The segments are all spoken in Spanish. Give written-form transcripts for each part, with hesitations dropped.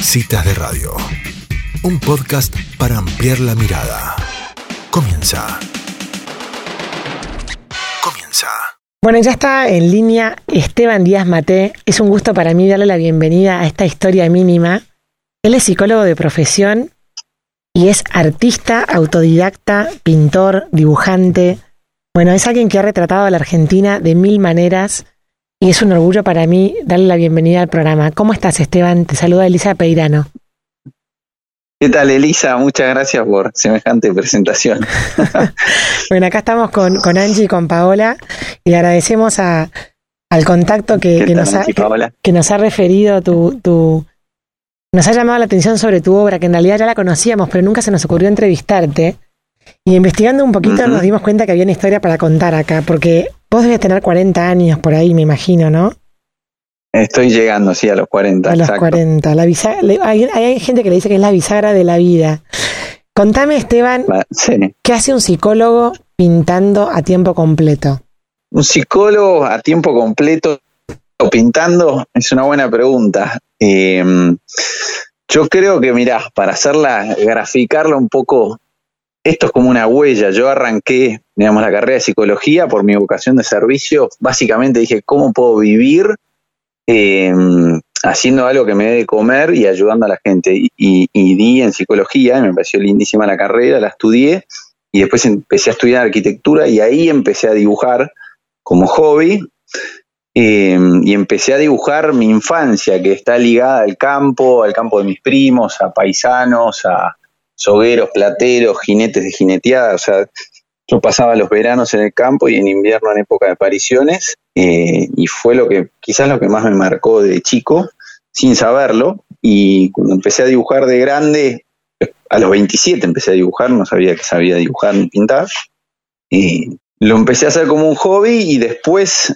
Citas de Radio, un podcast para ampliar la mirada. Comienza. Bueno, ya está en línea Esteban Díaz Maté. Es un gusto para mí darle la bienvenida a esta historia mínima. Él es psicólogo de profesión y es artista, autodidacta, pintor, dibujante. Bueno, es alguien que ha retratado a la Argentina de mil maneras y es un orgullo para mí darle la bienvenida al programa. ¿Cómo estás, Esteban? Te saluda Elisa Peirano. ¿Qué tal, Elisa? Muchas gracias por semejante presentación. Bueno, acá estamos con Angie y con Paola y le agradecemos al contacto que nos ha referido nos ha llamado la atención sobre tu obra, que en realidad ya la conocíamos, pero nunca se nos ocurrió entrevistarte. Y investigando un poquito nos dimos cuenta que había una historia para contar acá, porque vos debes tener 40 años por ahí, me imagino, ¿no? Estoy llegando, sí, a los 40. A los exacto. 40. Hay gente que le dice que es la bisagra de la vida. Contame, Esteban, sí. ¿Qué hace un psicólogo pintando a tiempo completo? Un psicólogo a tiempo completo pintando es una buena pregunta. Yo creo que, mirá, para graficarla un poco, esto es como una huella. Yo arranqué, digamos, la carrera de psicología por mi vocación de servicio. Básicamente dije, ¿cómo puedo vivir haciendo algo que me dé de comer y ayudando a la gente? Y di en psicología, me pareció lindísima la carrera, la estudié y después empecé a estudiar arquitectura y ahí empecé a dibujar como hobby y empecé a dibujar mi infancia, que está ligada al campo de mis primos, a paisanos, a sogueros, plateros, jinetes de jineteada. O sea, yo pasaba los veranos en el campo y en invierno en época de apariciones, y fue quizás lo que más me marcó de chico, sin saberlo. Y cuando empecé a dibujar de grande, a los 27 empecé a dibujar, no sabía que sabía dibujar ni pintar, lo empecé a hacer como un hobby y después,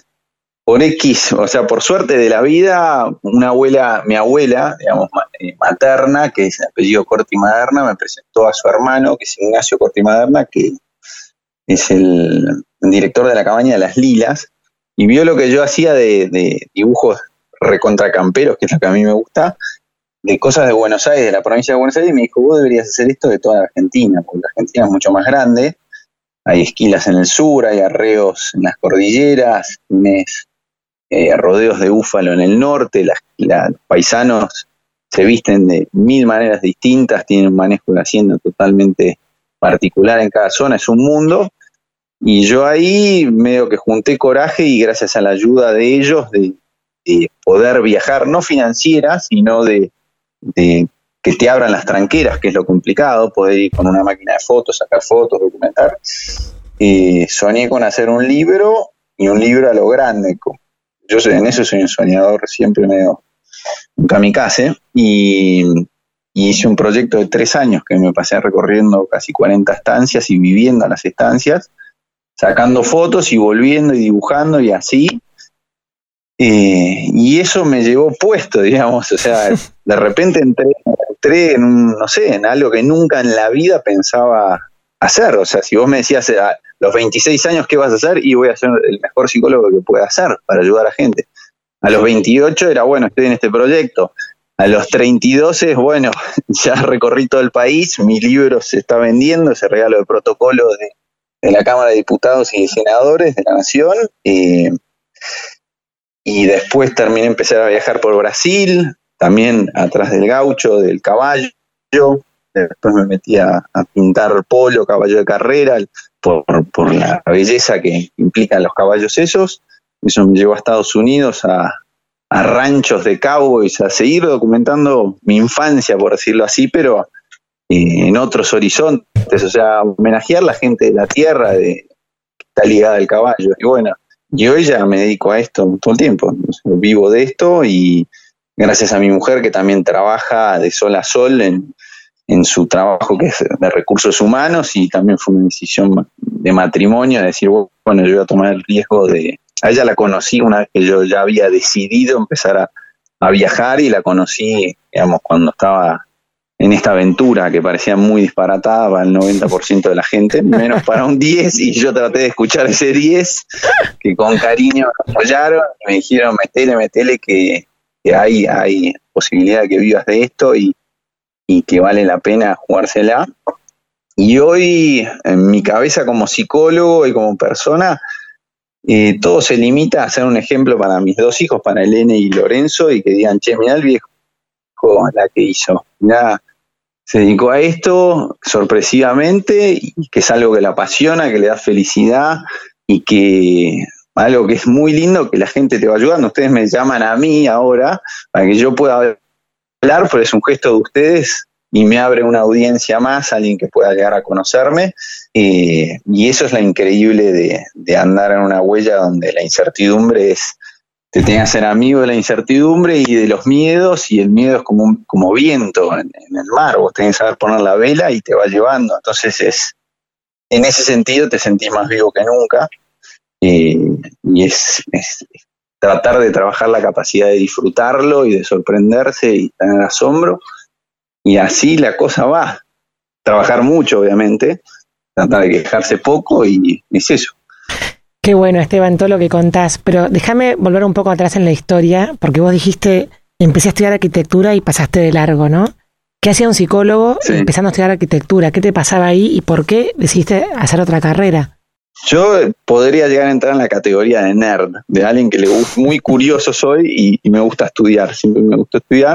por suerte de la vida, mi abuela, digamos, materna, que es de apellido Corti Maderna, me presentó a su hermano, que es Ignacio Corti Maderna, que es el director de la Cabaña de las Lilas, y vio lo que yo hacía de dibujos recontracamperos, que es lo que a mí me gusta, de cosas de Buenos Aires, de la provincia de Buenos Aires, y me dijo, vos deberías hacer esto de toda la Argentina, porque la Argentina es mucho más grande, hay esquilas en el sur, hay arreos en las cordilleras, tienes rodeos de búfalo en el norte, los paisanos se visten de mil maneras distintas, tienen un manejo de hacienda totalmente particular en cada zona, es un mundo. Y yo ahí medio que junté coraje y gracias a la ayuda de ellos de poder viajar, no financiera, sino de que te abran las tranqueras, que es lo complicado, poder ir con una máquina de fotos, sacar fotos, documentar. Soñé con hacer un libro, y un libro a lo grande. En eso soy un soñador, siempre medio un kamikaze, y hice un proyecto de 3 años que me pasé recorriendo casi 40 estancias y viviendo en las estancias, sacando fotos y volviendo y dibujando y así. Y eso me llevó puesto, digamos, o sea, de repente entré en algo que nunca en la vida pensaba hacer. O sea, si vos me decías a los 26 años qué vas a hacer, y voy a ser el mejor psicólogo que pueda hacer para ayudar a la gente. A los 28 era, bueno, estoy en este proyecto. A los 32 es, bueno, ya recorrí todo el país, mi libro se está vendiendo, ese regalo de protocolo de la Cámara de Diputados y de Senadores de la Nación. Y después empecé a viajar por Brasil, también atrás del gaucho, del caballo. Después me metí a pintar polo, caballo de carrera, por la belleza que implican los caballos esos. Eso me llevó a Estados Unidos, a ranchos de cowboys, a seguir documentando mi infancia, por decirlo así, pero en otros horizontes. O sea, homenajear a la gente de la tierra que está ligada al caballo. Y bueno, y hoy ya me dedico a esto todo el tiempo. Vivo de esto y gracias a mi mujer, que también trabaja de sol a sol en su trabajo, que es de recursos humanos, y también fue una decisión de matrimonio, de decir, bueno, yo voy a tomar el riesgo a ella la conocí una vez que yo ya había decidido empezar a viajar, y la conocí, digamos, cuando estaba en esta aventura que parecía muy disparatada para el 90% de la gente, menos para un 10, y yo traté de escuchar ese 10, que con cariño me apoyaron y me dijeron, metele, que hay posibilidad de que vivas de esto y que vale la pena jugársela. Y hoy, en mi cabeza como psicólogo y como persona, todo se limita a ser un ejemplo para mis dos hijos, para Elena y Lorenzo, y que digan, che, mirá el viejo la que hizo, mirá, se dedicó a esto sorpresivamente, y que es algo que le apasiona, que le da felicidad, y que algo que es muy lindo, que la gente te va ayudando. Ustedes me llaman a mí ahora para que yo pueda hablar, pero es un gesto de ustedes y me abre una audiencia más, alguien que pueda llegar a conocerme, y eso es lo increíble de andar en una huella donde la incertidumbre te tenés que hacer amigo de la incertidumbre y de los miedos, y el miedo es como viento en el mar, vos tenés que saber poner la vela y te va llevando. Entonces en ese sentido te sentís más vivo que nunca, y es tratar de trabajar la capacidad de disfrutarlo y de sorprenderse y tener asombro, y así la cosa va. Trabajar mucho, obviamente, tratar de quejarse poco, y es eso. Qué bueno, Esteban, todo lo que contás, pero déjame volver un poco atrás en la historia, porque vos dijiste, empecé a estudiar arquitectura y pasaste de largo, ¿no? ¿Qué hacía un psicólogo empezando a estudiar arquitectura? ¿Qué te pasaba ahí y por qué decidiste hacer otra carrera? Yo podría llegar a entrar en la categoría de nerd, de alguien que muy curioso soy y me gusta estudiar, siempre me gustó estudiar.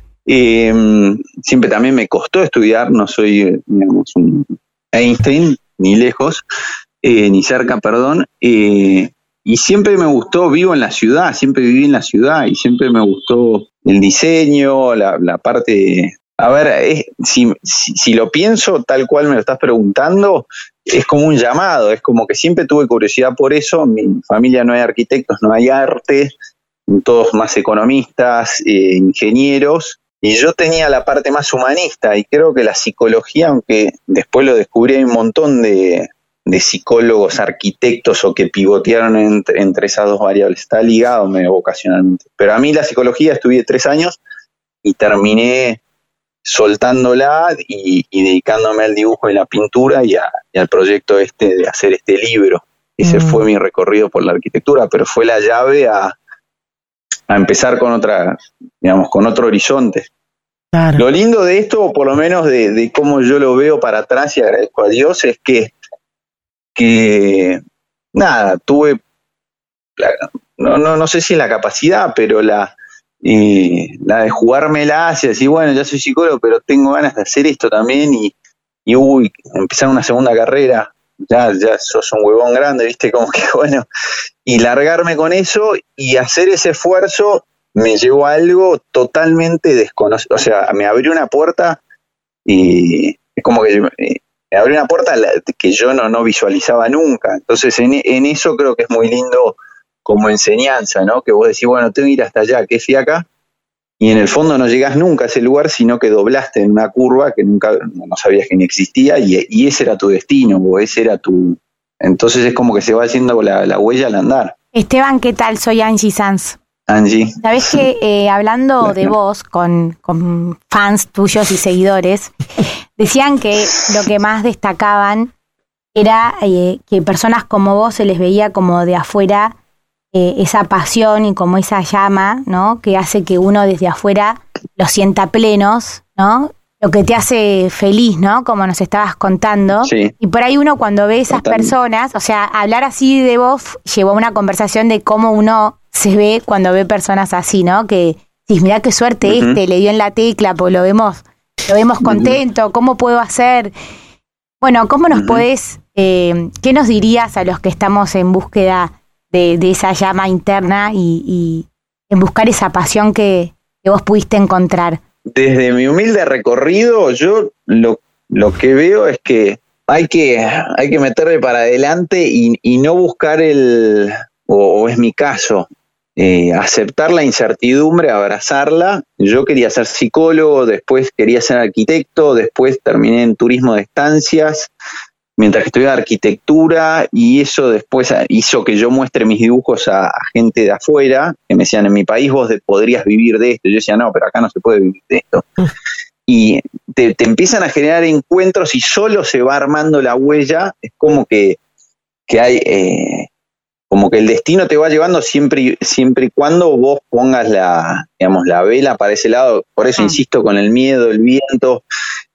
Siempre también me costó estudiar, no soy, digamos, un Einstein, ni lejos, ni cerca, perdón, y siempre me gustó, vivo en la ciudad, siempre viví en la ciudad, y siempre me gustó el diseño, la parte. A ver, si lo pienso tal cual me lo estás preguntando, es como un llamado, es como que siempre tuve curiosidad por eso. En mi familia no hay arquitectos, no hay arte, todos más economistas, ingenieros, y yo tenía la parte más humanista, y creo que la psicología, aunque después lo descubrí, hay un montón de psicólogos, arquitectos, o que pivotearon entre esas dos variables, está ligado medio vocacionalmente. Pero a mí la psicología estudié 3 años y terminé soltándola y dedicándome al dibujo y la pintura y al proyecto de hacer este libro. Ese fue mi recorrido por la arquitectura, pero fue la llave a empezar con con otro horizonte. Claro. Lo lindo de esto, por lo menos de cómo yo lo veo para atrás, y agradezco a Dios, es que nada, tuve no sé si la capacidad, pero la de jugármela hacia decir, bueno, ya soy psicólogo, pero tengo ganas de hacer esto también, y empezar una segunda carrera, ya sos un huevón grande, viste, como que bueno, y largarme con eso y hacer ese esfuerzo me llevó a algo totalmente desconocido. O sea, me abrió una puerta, y es como que me abrió una puerta que yo no visualizaba nunca. Entonces en eso creo que es muy lindo como enseñanza, ¿no? Que vos decís, bueno, tengo que ir hasta allá, que es acá, y en el fondo no llegás nunca a ese lugar, sino que doblaste en una curva que nunca no sabías que ni existía, y ese era tu destino, o ese era tu. Entonces es como que se va haciendo la huella al andar. Esteban, ¿qué tal? Soy Angie Sanz. Angie. Sabés que hablando de vos con fans tuyos y seguidores, decían que lo que más destacaban era que personas como vos se les veía como de afuera esa pasión y como esa llama, ¿no? Que hace que uno desde afuera los sienta plenos, ¿no? Lo que te hace feliz, ¿no? Como nos estabas contando. Sí. Y por ahí uno cuando ve esas personas, o sea, hablar así de vos llevó a una conversación de cómo uno se ve cuando ve personas así, ¿no? Que dices, mirá qué suerte le dio en la tecla, pues lo vemos contento, ¿cómo puedo hacer? Bueno, ¿cómo nos podés, qué nos dirías a los que estamos en búsqueda de esa llama interna y en buscar esa pasión que vos pudiste encontrar? Desde mi humilde recorrido, yo lo que veo es que hay que meterle para adelante y no buscar o es mi caso, aceptar la incertidumbre, abrazarla. Yo quería ser psicólogo, después quería ser arquitecto, después terminé en turismo de estancias, mientras que estudiaba arquitectura, y eso después hizo que yo muestre mis dibujos a gente de afuera, que me decían, en mi país vos podrías vivir de esto. Yo decía, no, pero acá no se puede vivir de esto. Y te empiezan a generar encuentros y solo se va armando la huella. Es como que hay como que el destino te va llevando siempre y cuando vos pongas la vela para ese lado. Por eso insisto con el miedo, el viento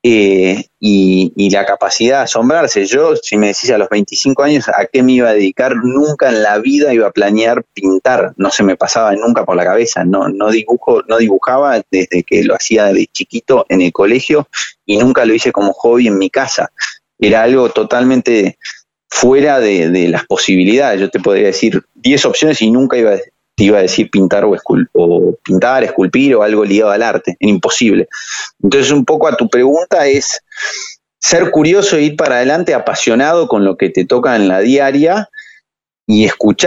y la capacidad de asombrarse. Yo, si me decís a los 25 años a qué me iba a dedicar, nunca en la vida iba a planear pintar. No se me pasaba nunca por la cabeza. No dibujaba desde que lo hacía de chiquito en el colegio y nunca lo hice como hobby en mi casa. Era algo totalmente fuera de las posibilidades. Yo te podría decir 10 opciones y nunca te iba a decir pintar o pintar, esculpir o algo ligado al arte. Era imposible. Entonces, un poco a tu pregunta es ser curioso e ir para adelante, apasionado con lo que te toca en la diaria y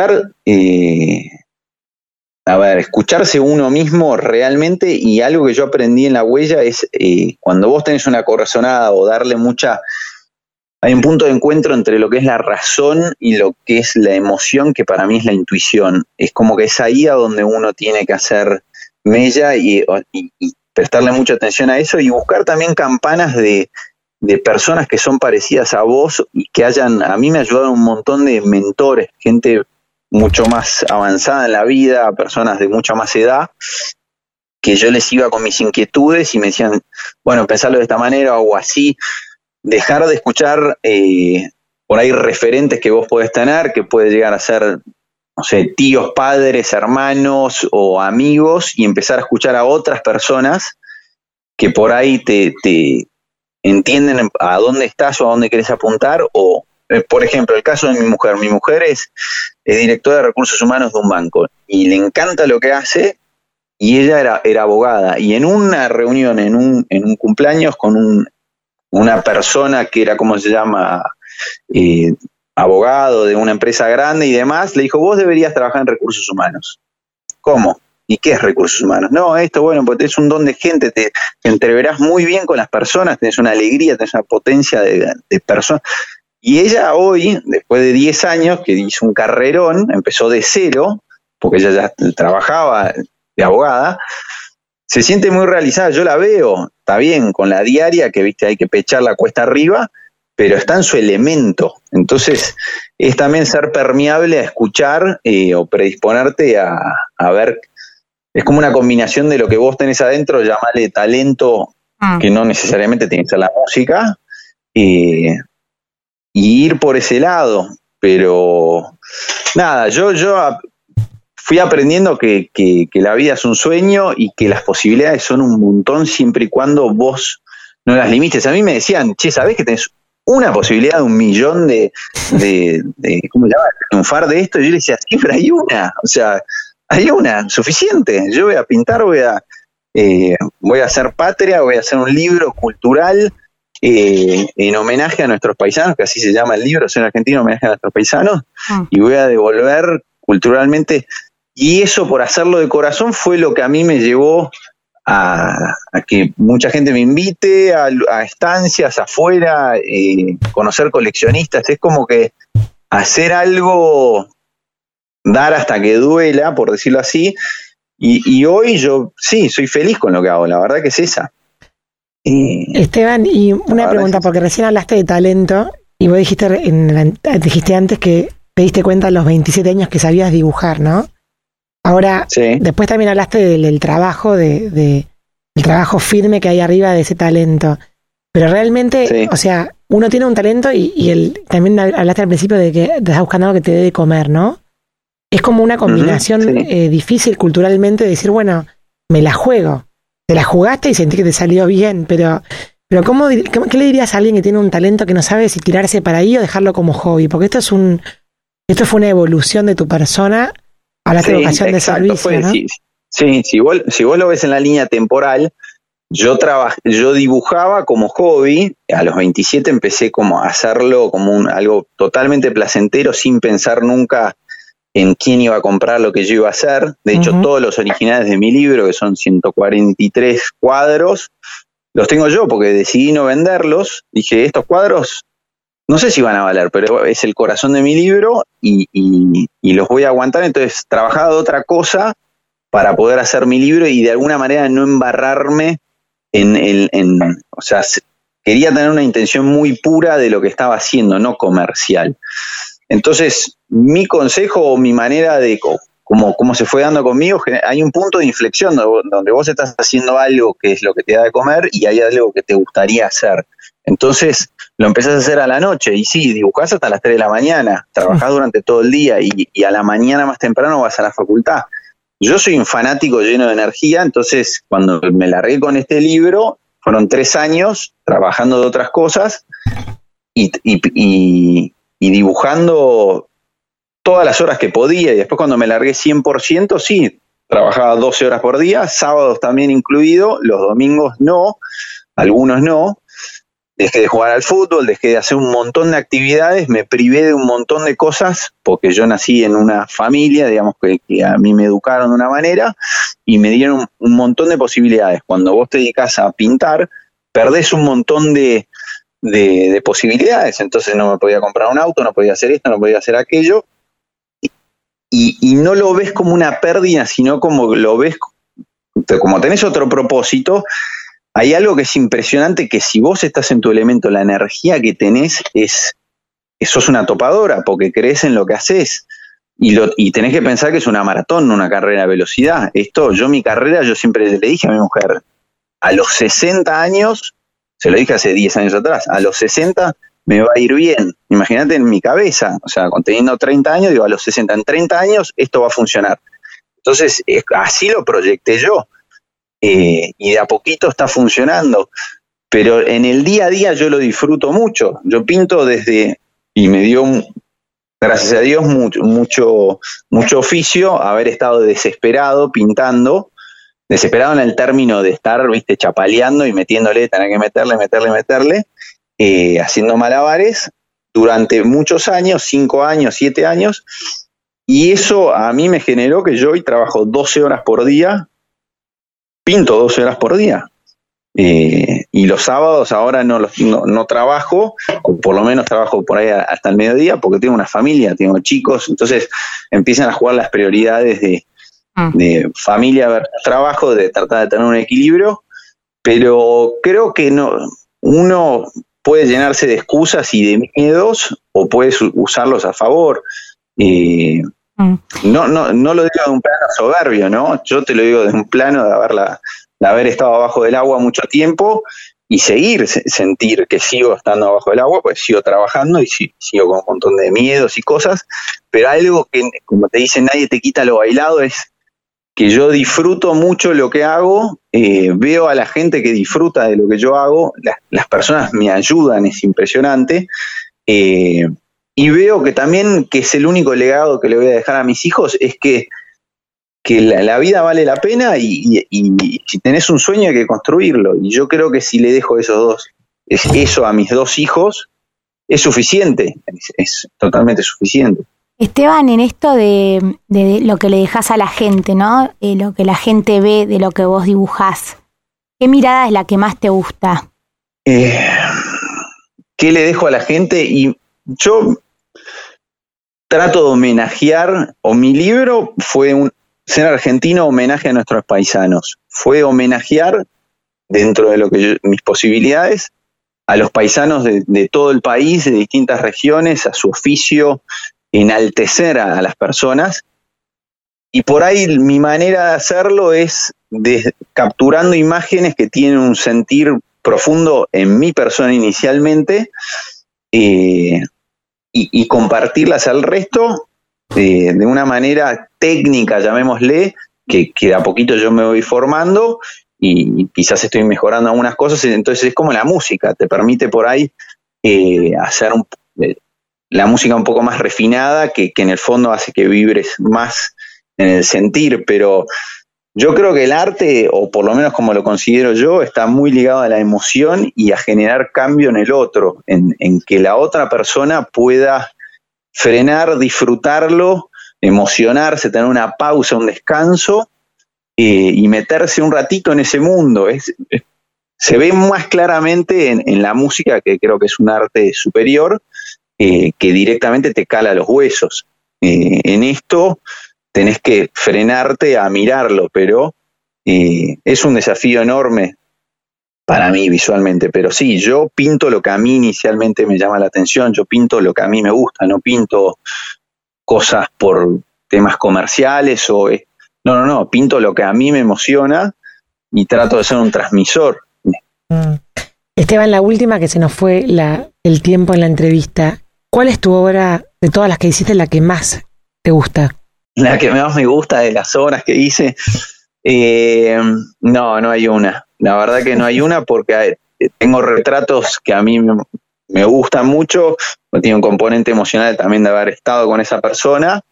escucharse uno mismo realmente. Y algo que yo aprendí en La Huella es cuando vos tenés una corazonada o darle mucha... Hay un punto de encuentro entre lo que es la razón y lo que es la emoción, que para mí es la intuición. Es como que es ahí a donde uno tiene que hacer mella y prestarle mucha atención a eso y buscar también campanas de personas que son parecidas a vos y que a mí me ayudaron un montón de mentores, gente mucho más avanzada en la vida, personas de mucha más edad, que yo les iba con mis inquietudes y me decían, bueno, pensarlo de esta manera o así. Dejar de escuchar por ahí referentes que vos podés tener, que puede llegar a ser, no sé, tíos, padres, hermanos o amigos, y empezar a escuchar a otras personas que por ahí te entienden a dónde estás o a dónde querés apuntar. O, por ejemplo, el caso de mi mujer. Mi mujer es directora de recursos humanos de un banco y le encanta lo que hace, y ella era abogada. Y en una reunión, en un cumpleaños con una persona que era, ¿cómo se llama?, abogado de una empresa grande y demás, le dijo, vos deberías trabajar en recursos humanos. ¿Cómo? ¿Y qué es recursos humanos? No, bueno, porque tenés un don de gente, te entreverás muy bien con las personas, tenés una alegría, tenés una potencia de personas. Y ella hoy, después de 10 años, que hizo un carrerón, empezó de cero, porque ella ya trabajaba de abogada, se siente muy realizada. Yo la veo, está bien, con la diaria, que viste hay que pecharla cuesta arriba, pero está en su elemento. Entonces, es también ser permeable a escuchar o predisponerte a ver. Es como una combinación de lo que vos tenés adentro, llamarle talento, que no necesariamente tiene que ser la música, y ir por ese lado. Pero nada, yo fui aprendiendo que la vida es un sueño y que las posibilidades son un montón siempre y cuando vos no las limites. A mí me decían, che, ¿sabés que tenés una posibilidad de 1 millón de ¿cómo se llama?, triunfar de esto? Y yo le decía, sí, pero hay una, o sea, hay una, suficiente. Yo voy a pintar, voy a hacer patria, voy a hacer un libro cultural en homenaje a nuestros paisanos, que así se llama el libro, Soy Argentino, homenaje a nuestros paisanos, y voy a devolver culturalmente. Y eso, por hacerlo de corazón, fue lo que a mí me llevó a que mucha gente me invite a estancias afuera, conocer coleccionistas. Es como que hacer algo, dar hasta que duela, por decirlo así. Y hoy yo sí, soy feliz con lo que hago, la verdad que es esa. Esteban, y una pregunta, porque recién hablaste de talento y vos dijiste antes que te diste cuenta a los 27 años que sabías dibujar, ¿no? Ahora, sí. Después también hablaste del trabajo, del trabajo firme que hay arriba de ese talento. Pero realmente, sí, o sea, uno tiene un talento y también hablaste al principio de que te estás buscando algo que te dé de comer, ¿no? Es como una combinación sí, difícil culturalmente de decir, bueno, me la juego. Te la jugaste y sentí que te salió bien, pero ¿qué le dirías a alguien que tiene un talento que no sabe si tirarse para ahí o dejarlo como hobby? Porque esto fue una evolución de tu persona. Hablaste de vocación de servicio, ¿no? Sí, si vos lo ves en la línea temporal, yo dibujaba como hobby. A los 27 empecé como a hacerlo como algo totalmente placentero, sin pensar nunca en quién iba a comprar lo que yo iba a hacer. De hecho, todos los originales de mi libro, que son 143 cuadros, los tengo yo porque decidí no venderlos. Dije, estos cuadros no sé si van a valer, pero es el corazón de mi libro y los voy a aguantar. Entonces trabajaba de otra cosa para poder hacer mi libro y de alguna manera no embarrarme o sea, quería tener una intención muy pura de lo que estaba haciendo, no comercial. Entonces, mi consejo o mi manera de como se fue dando conmigo, hay un punto de inflexión donde vos estás haciendo algo que es lo que te da de comer y hay algo que te gustaría hacer. Entonces lo empezás a hacer a la noche y sí, dibujás hasta las 3 de la mañana, trabajás durante todo el día y a la mañana más temprano vas a la facultad. Yo soy un fanático lleno de energía, entonces cuando me largué con este libro, fueron 3 años trabajando de otras cosas y dibujando todas las horas que podía, y después cuando me largué 100%, sí, trabajaba 12 horas por día, sábados también incluido, los domingos no, algunos no, dejé de jugar al fútbol, dejé de hacer un montón de actividades, me privé de un montón de cosas, porque yo nací en una familia, digamos, que a mí me educaron de una manera, y me dieron un montón de posibilidades. Cuando vos te dedicás a pintar, perdés un montón de posibilidades, entonces no me podía comprar un auto, no podía hacer esto, no podía hacer aquello, y no lo ves como una pérdida, sino como lo ves, como tenés otro propósito. Hay algo que es impresionante, que si vos estás en tu elemento, la energía que tenés sos una topadora, porque crees en lo que haces, y tenés que pensar que es una maratón, no una carrera de velocidad. Mi carrera, yo siempre le dije a mi mujer, a los 60 años, se lo dije hace 10 años atrás, a los 60 me va a ir bien. Imagínate en mi cabeza, o sea, teniendo 30 años, digo, a los 60, en 30 años esto va a funcionar. Entonces, así lo proyecté yo. Y de a poquito está funcionando. Pero en el día a día yo lo disfruto mucho. Yo pinto y me dio, gracias a Dios, mucho oficio, haber estado desesperado pintando, desesperado en el término de estar, viste, chapaleando y metiéndole, tener que meterle, haciendo malabares durante muchos años, 5 años, 7 años, y eso a mí me generó que yo hoy trabajo 12 horas por día, pinto 12 horas por día, y los sábados ahora no trabajo, o por lo menos trabajo por ahí hasta el mediodía, porque tengo una familia, tengo chicos, entonces empiezan a jugar las prioridades de familia versus trabajo, de tratar de tener un equilibrio, pero creo que uno puede llenarse de excusas y de miedos, o puedes usarlos a favor. No lo digo de un plano soberbio, ¿no? Yo te lo digo de un plano de haber estado abajo del agua mucho tiempo y sentir que sigo estando abajo del agua, pues sigo trabajando y sigo con un montón de miedos y cosas, pero algo que, como te dicen, nadie te quita lo bailado, es que yo disfruto mucho lo que hago, veo a la gente que disfruta de lo que yo hago, las personas me ayudan, es impresionante, y veo que también, que es el único legado que le voy a dejar a mis hijos, es que la vida vale la pena y si tenés un sueño hay que construirlo, y yo creo que si le dejo eso a mis 2 hijos, es suficiente, es totalmente suficiente. Esteban, en esto de lo que le dejás a la gente, ¿no? Lo que la gente ve de lo que vos dibujás, ¿qué mirada es la que más te gusta? ¿Qué le dejo a la gente? Y yo trato de homenajear, o mi libro fue Ser Argentino, homenaje a nuestros paisanos. Fue homenajear, dentro de mis posibilidades, a los paisanos de todo el país, de distintas regiones, a su oficio, enaltecer a las personas, y por ahí mi manera de hacerlo es capturando imágenes que tienen un sentir profundo en mi persona inicialmente, y compartirlas al resto de una manera técnica, llamémosle, que de a poquito yo me voy formando y quizás estoy mejorando algunas cosas. Entonces es como la música, te permite por ahí hacer la música un poco más refinada, que en el fondo hace que vibres más en el sentir, pero yo creo que el arte, o por lo menos como lo considero yo, está muy ligado a la emoción y a generar cambio en el otro, en que la otra persona pueda frenar, disfrutarlo, emocionarse, tener una pausa, un descanso, y meterse un ratito en ese mundo. Se ve más claramente en la música, que creo que es un arte superior, que directamente te cala los huesos. En esto tenés que frenarte a mirarlo, pero es un desafío enorme para mí visualmente, pero sí, yo pinto lo que a mí inicialmente me llama la atención, yo pinto lo que a mí me gusta, no pinto cosas por temas comerciales no, pinto lo que a mí me emociona y trato de ser un transmisor. Esteban, la última, que se nos fue el tiempo en la entrevista, ¿cuál es tu obra de todas las que hiciste la que más te gusta? La que más me gusta de las obras que hice, no hay una. La verdad que no hay una, porque tengo retratos que a mí me gustan mucho, tiene un componente emocional también de haber estado con esa persona.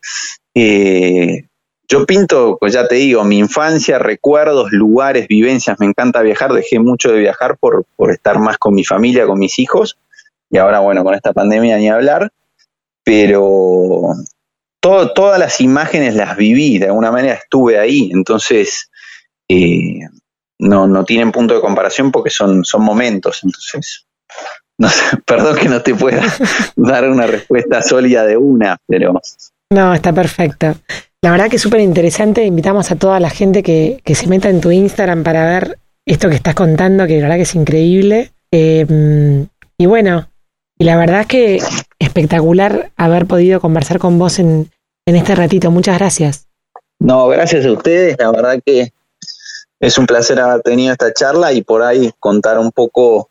Yo pinto, pues ya te digo, mi infancia, recuerdos, lugares, vivencias, me encanta viajar, dejé mucho de viajar por estar más con mi familia, con mis hijos, y ahora bueno, con esta pandemia ni hablar, pero todas las imágenes las viví, de alguna manera estuve ahí, entonces no tienen punto de comparación porque son momentos, entonces no sé, perdón que no te pueda dar una respuesta sólida de una, pero... No, está perfecto. La verdad que es súper interesante, invitamos a toda la gente que se meta en tu Instagram para ver esto que estás contando, que la verdad que es increíble, y bueno, y la verdad que espectacular haber podido conversar con vos en este ratito, muchas gracias. No, gracias a ustedes, la verdad que es un placer haber tenido esta charla y por ahí contar un poco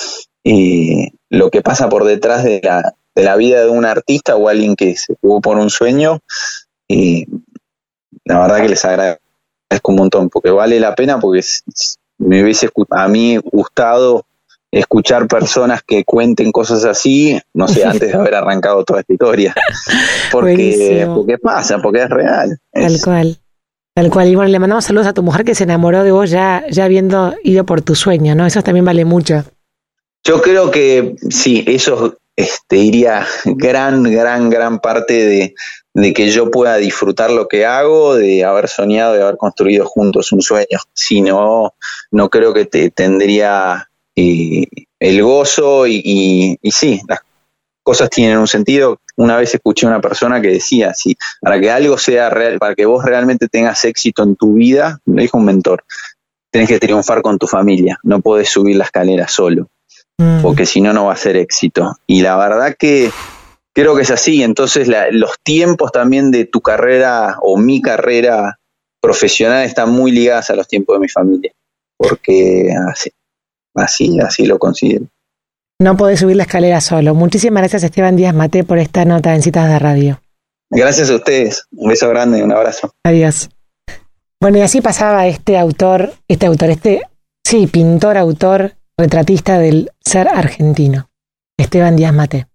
lo que pasa por detrás de la vida de un artista o alguien que se jugó por un sueño. La verdad que les agradezco un montón, porque vale la pena, porque me hubiese a mí gustado escuchar personas que cuenten cosas así, no sé, antes de haber arrancado toda esta historia. Porque pasa, porque es real. Tal cual. Y bueno, le mandamos saludos a tu mujer que se enamoró de vos ya habiendo ido por tu sueño, ¿no? Eso también vale mucho. Yo creo que sí, eso diría gran parte de que yo pueda disfrutar lo que hago, de haber soñado, de haber construido juntos un sueño. Si no creo que tendría el gozo y sí, las cosas tienen un sentido. Una vez escuché a una persona que decía, sí, para que algo sea real, para que vos realmente tengas éxito en tu vida, me dijo un mentor, tenés que triunfar con tu familia, no podés subir la escalera solo, porque si no va a ser éxito. Y la verdad que creo que es así. Entonces los tiempos también de tu carrera o mi carrera profesional están muy ligadas a los tiempos de mi familia, porque así lo considero. No podés subir la escalera solo. Muchísimas gracias, Esteban Díaz Maté, por esta nota en Citas de Radio. Gracias a ustedes. Un beso grande, un abrazo. Adiós. Bueno, y así pasaba pintor, autor, retratista del ser argentino, Esteban Díaz Maté.